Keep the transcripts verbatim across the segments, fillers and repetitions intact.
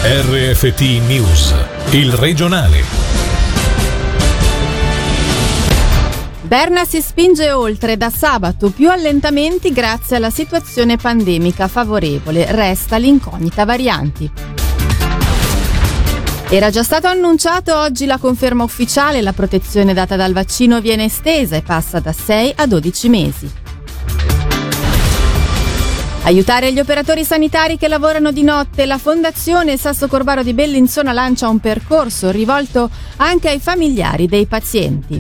R F T News, il regionale. Berna si spinge oltre, da sabato più allentamenti grazie alla situazione pandemica favorevole, resta l'incognita varianti. Era già stato annunciato, oggi la conferma ufficiale, la protezione data dal vaccino viene estesa e passa da sei a dodici mesi. Aiutare gli operatori sanitari che lavorano di notte, la Fondazione Sasso Corbaro di Bellinzona lancia un percorso rivolto anche ai familiari dei pazienti.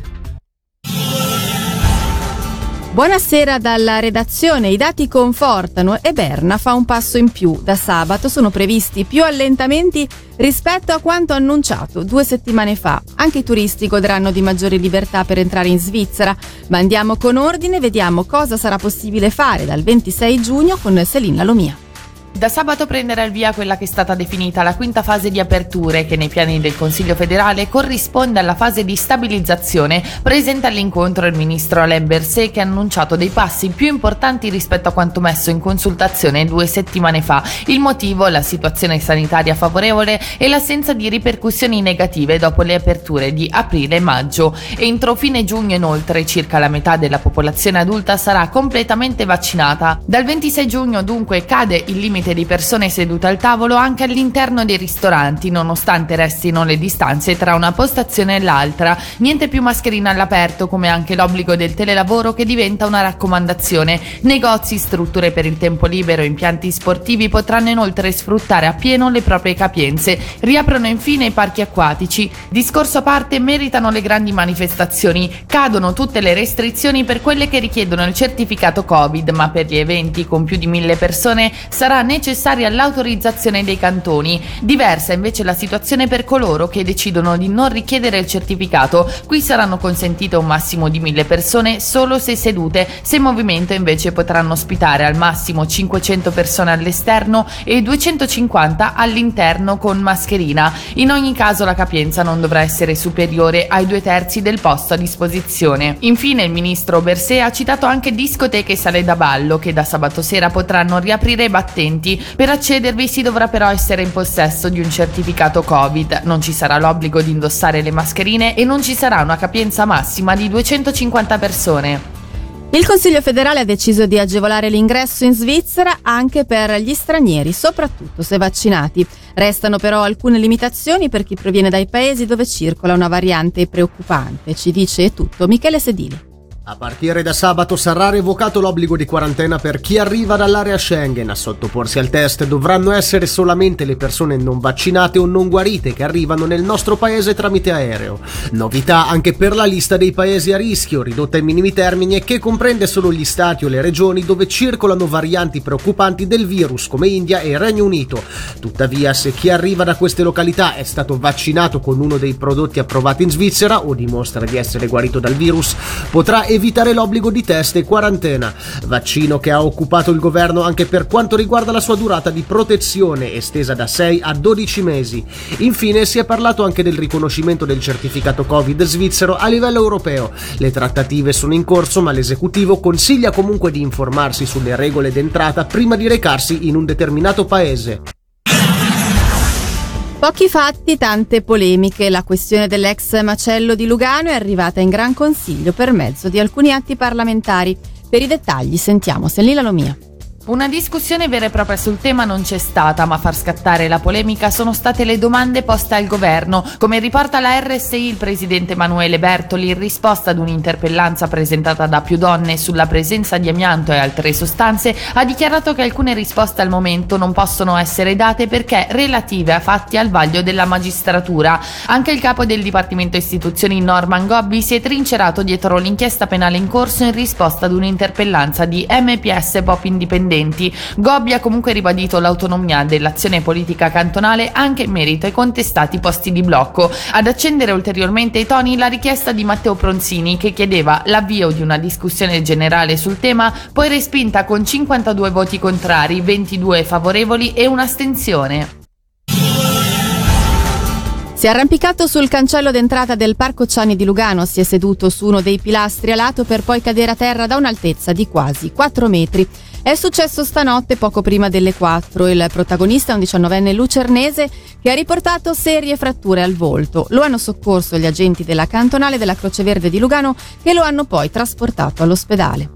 Buonasera dalla redazione, i dati confortano e Berna fa un passo in più. Da sabato sono previsti più allentamenti rispetto a quanto annunciato due settimane fa. Anche i turisti godranno di maggiori libertà per entrare in Svizzera, ma andiamo con ordine e vediamo cosa sarà possibile fare dal ventisei giugno con Céline Lalomia. Da sabato prenderà il via quella che è stata definita la quinta fase di aperture, che nei piani del Consiglio federale corrisponde alla fase di stabilizzazione. Presente all'incontro il ministro Alain Berset, che ha annunciato dei passi più importanti rispetto a quanto messo in consultazione due settimane fa. Il motivo? La situazione sanitaria favorevole e l'assenza di ripercussioni negative dopo le aperture di aprile e maggio. Entro fine giugno, inoltre, circa la metà della popolazione adulta sarà completamente vaccinata. Dal ventisei giugno, dunque, cade il limite di persone sedute al tavolo anche all'interno dei ristoranti, nonostante restino le distanze tra una postazione e l'altra. Niente più mascherine all'aperto, come anche l'obbligo del telelavoro, che diventa una raccomandazione. Negozi, strutture per il tempo libero e impianti sportivi potranno inoltre sfruttare appieno le proprie capienze. Riaprono infine i parchi acquatici. Discorso a parte, meritano le grandi manifestazioni. Cadono tutte le restrizioni per quelle che richiedono il certificato Covid, ma per gli eventi con più di mille persone sarà necessaria l'autorizzazione dei cantoni. Diversa invece la situazione per coloro che decidono di non richiedere il certificato. Qui saranno consentite un massimo di mille persone solo se sedute. Se in movimento invece potranno ospitare al massimo cinquecento persone all'esterno e duecentocinquanta all'interno con mascherina. In ogni caso la capienza non dovrà essere superiore ai due terzi del posto a disposizione. Infine il ministro Berset ha citato anche discoteche e sale da ballo, che da sabato sera potranno riaprire i battenti. Per accedervi si dovrà però essere in possesso di un certificato Covid. Non ci sarà l'obbligo di indossare le mascherine e non ci sarà una capienza massima di duecentocinquanta persone. Il Consiglio federale ha deciso di agevolare l'ingresso in Svizzera anche per gli stranieri, soprattutto se vaccinati. Restano però alcune limitazioni per chi proviene dai paesi dove circola una variante preoccupante. Ci dice tutto Michele Sedili. A partire da sabato sarà revocato l'obbligo di quarantena per chi arriva dall'area Schengen. A sottoporsi al test dovranno essere solamente le persone non vaccinate o non guarite che arrivano nel nostro paese tramite aereo. Novità anche per la lista dei paesi a rischio, ridotta ai minimi termini e che comprende solo gli stati o le regioni dove circolano varianti preoccupanti del virus come India e Regno Unito. Tuttavia, se chi arriva da queste località è stato vaccinato con uno dei prodotti approvati in Svizzera o dimostra di essere guarito dal virus, potrà evitare l'obbligo di test e quarantena, vaccino che ha occupato il governo anche per quanto riguarda la sua durata di protezione, estesa da sei a dodici mesi. Infine si è parlato anche del riconoscimento del certificato Covid svizzero a livello europeo. Le trattative sono in corso, ma l'esecutivo consiglia comunque di informarsi sulle regole d'entrata prima di recarsi in un determinato paese. Pochi fatti, tante polemiche. La questione dell'ex macello di Lugano è arrivata in Gran Consiglio per mezzo di alcuni atti parlamentari. Per i dettagli sentiamo Céline Lalomia. Una discussione vera e propria sul tema non c'è stata, ma a far scattare la polemica sono state le domande poste al governo. Come riporta la R S I, il presidente Emanuele Bertoli, in risposta ad un'interpellanza presentata da più donne sulla presenza di amianto e altre sostanze, ha dichiarato che alcune risposte al momento non possono essere date perché relative a fatti al vaglio della magistratura. Anche il capo del Dipartimento Istituzioni Norman Gobbi si è trincerato dietro l'inchiesta penale in corso in risposta ad un'interpellanza di M P S Pop Indipendenti. Gobbi ha comunque ribadito l'autonomia dell'azione politica cantonale anche in merito ai contestati posti di blocco. Ad accendere ulteriormente i toni la richiesta di Matteo Pronzini, che chiedeva l'avvio di una discussione generale sul tema, poi respinta con cinquantadue voti contrari, ventidue favorevoli e un'astensione. Si è arrampicato sul cancello d'entrata del Parco Ciani di Lugano, si è seduto su uno dei pilastri a lato per poi cadere a terra da un'altezza di quasi quattro metri. È successo stanotte poco prima delle quattro. Il protagonista è un diciannovenne lucernese che ha riportato serie fratture al volto. Lo hanno soccorso gli agenti della cantonale della Croce Verde di Lugano, che lo hanno poi trasportato all'ospedale.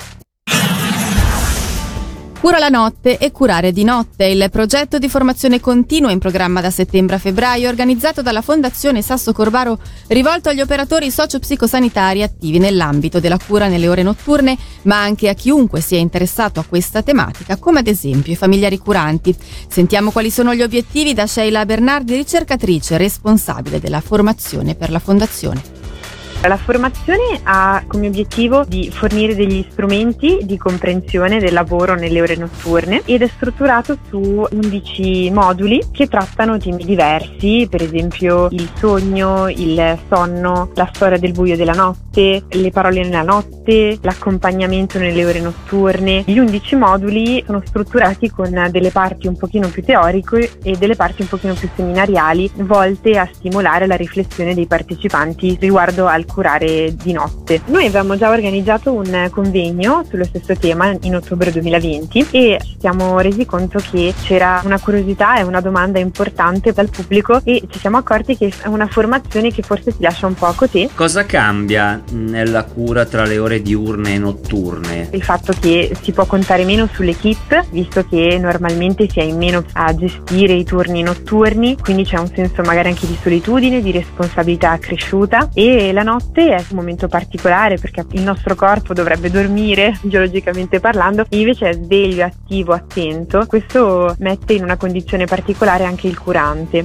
Cura la notte e curare di notte. Il progetto di formazione continua in programma da settembre a febbraio, organizzato dalla Fondazione Sasso Corbaro, rivolto agli operatori socio-psicosanitari attivi nell'ambito della cura nelle ore notturne, ma anche a chiunque sia interessato a questa tematica, come ad esempio i familiari curanti. Sentiamo quali sono gli obiettivi da Sheila Bernardi, ricercatrice responsabile della formazione per la Fondazione. La formazione ha come obiettivo di fornire degli strumenti di comprensione del lavoro nelle ore notturne ed è strutturato su undici moduli che trattano temi diversi, per esempio il sogno, il sonno, la storia del buio della notte, le parole nella notte, l'accompagnamento nelle ore notturne. Gli undici moduli sono strutturati con delle parti un pochino più teoriche e delle parti un pochino più seminariali, volte a stimolare la riflessione dei partecipanti riguardo al curare di notte. Noi avevamo già organizzato un convegno sullo stesso tema in ottobre duemilaventi e ci siamo resi conto che c'era una curiosità e una domanda importante dal pubblico e ci siamo accorti che è una formazione che forse si lascia un po' a cotè. Cosa cambia nella cura tra le ore diurne e notturne? Il fatto che si può contare meno sull'equipe, visto che normalmente si è in meno a gestire i turni notturni, quindi c'è un senso magari anche di solitudine, di responsabilità accresciuta, e la notte è un momento particolare perché il nostro corpo dovrebbe dormire, geologicamente parlando, e invece è sveglio, attivo, attento. Questo mette in una condizione particolare anche il curante.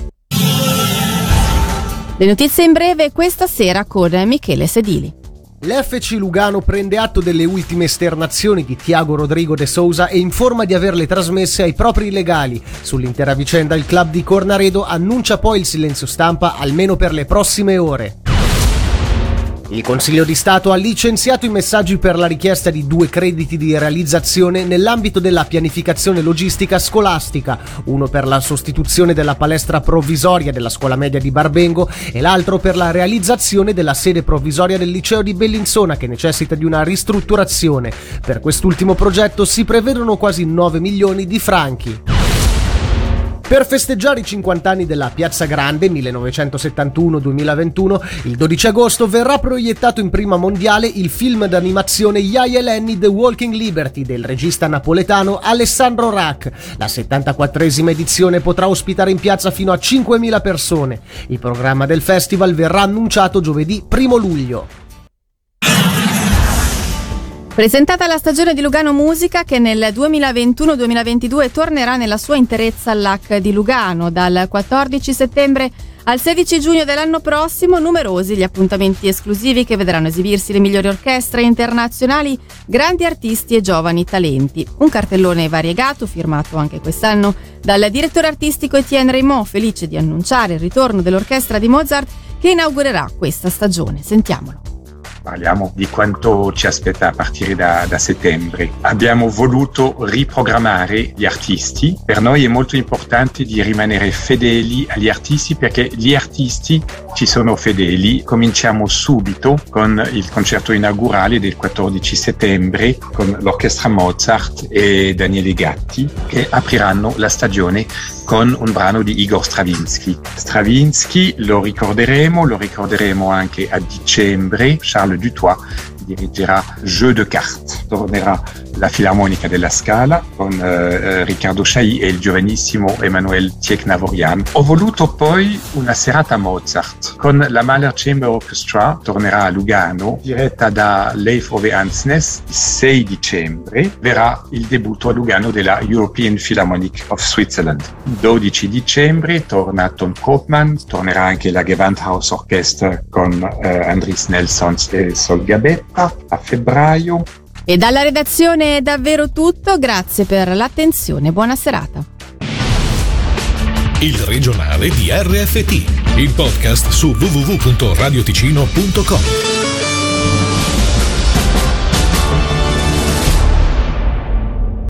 Le notizie in breve questa sera con Michele Sedili. L'F C Lugano prende atto delle ultime esternazioni di Thiago Rodrigo de Souza e informa di averle trasmesse ai propri legali. Sull'intera vicenda il club di Cornaredo annuncia poi il silenzio stampa almeno per le prossime ore. Il Consiglio di Stato ha licenziato i messaggi per la richiesta di due crediti di realizzazione nell'ambito della pianificazione logistica scolastica, uno per la sostituzione della palestra provvisoria della scuola media di Barbengo e l'altro per la realizzazione della sede provvisoria del liceo di Bellinzona, che necessita di una ristrutturazione. Per quest'ultimo progetto si prevedono quasi nove milioni di franchi. Per festeggiare i cinquanta anni della Piazza Grande millenovecentosettantuno duemilaventuno, il dodici agosto verrà proiettato in prima mondiale il film d'animazione Yaya e Lenny The Walking Liberty del regista napoletano Alessandro Rack. La settantaquattresima edizione potrà ospitare in piazza fino a cinquemila persone. Il programma del festival verrà annunciato giovedì primo luglio. Presentata la stagione di Lugano Musica, che nel duemilaventuno duemilaventidue tornerà nella sua interezza all'A C di Lugano. Dal quattordici settembre al sedici giugno dell'anno prossimo, numerosi gli appuntamenti esclusivi che vedranno esibirsi le migliori orchestre internazionali, grandi artisti e giovani talenti. Un cartellone variegato, firmato anche quest'anno dal direttore artistico Etienne Raymond, felice di annunciare il ritorno dell'orchestra di Mozart che inaugurerà questa stagione. Sentiamolo. Parliamo di quanto ci aspetta a partire da, da settembre. Abbiamo voluto riprogrammare gli artisti. Per noi è molto importante di rimanere fedeli agli artisti perché gli artisti ci sono fedeli. Cominciamo subito con il concerto inaugurale del quattordici settembre con l'orchestra Mozart e Daniele Gatti, che apriranno la stagione con un brano di Igor Stravinsky. Stravinsky lo ricorderemo, lo ricorderemo anche a dicembre. Charles Dutoit dirigerà Jeu de cartes. Tornerà la Filarmonica della Scala con eh, Riccardo Chailly e il giovanissimo Emmanuel Tcheknavorian. Ho voluto poi una serata Mozart con la Mahler Chamber Orchestra, tornerà a Lugano, diretta da Leif Ove Ansnes. Il sei dicembre verrà il debutto a Lugano della European Philharmonic of Switzerland. Il dodici dicembre torna Tom Koopman, tornerà anche la Gewandhaus Orchestra con eh, Andris Nelsons e Sol Gabetta. A febbraio. E dalla redazione è davvero tutto, grazie per l'attenzione, buona serata. Il regionale di R F T, il podcast su w w w punto radioticino punto com.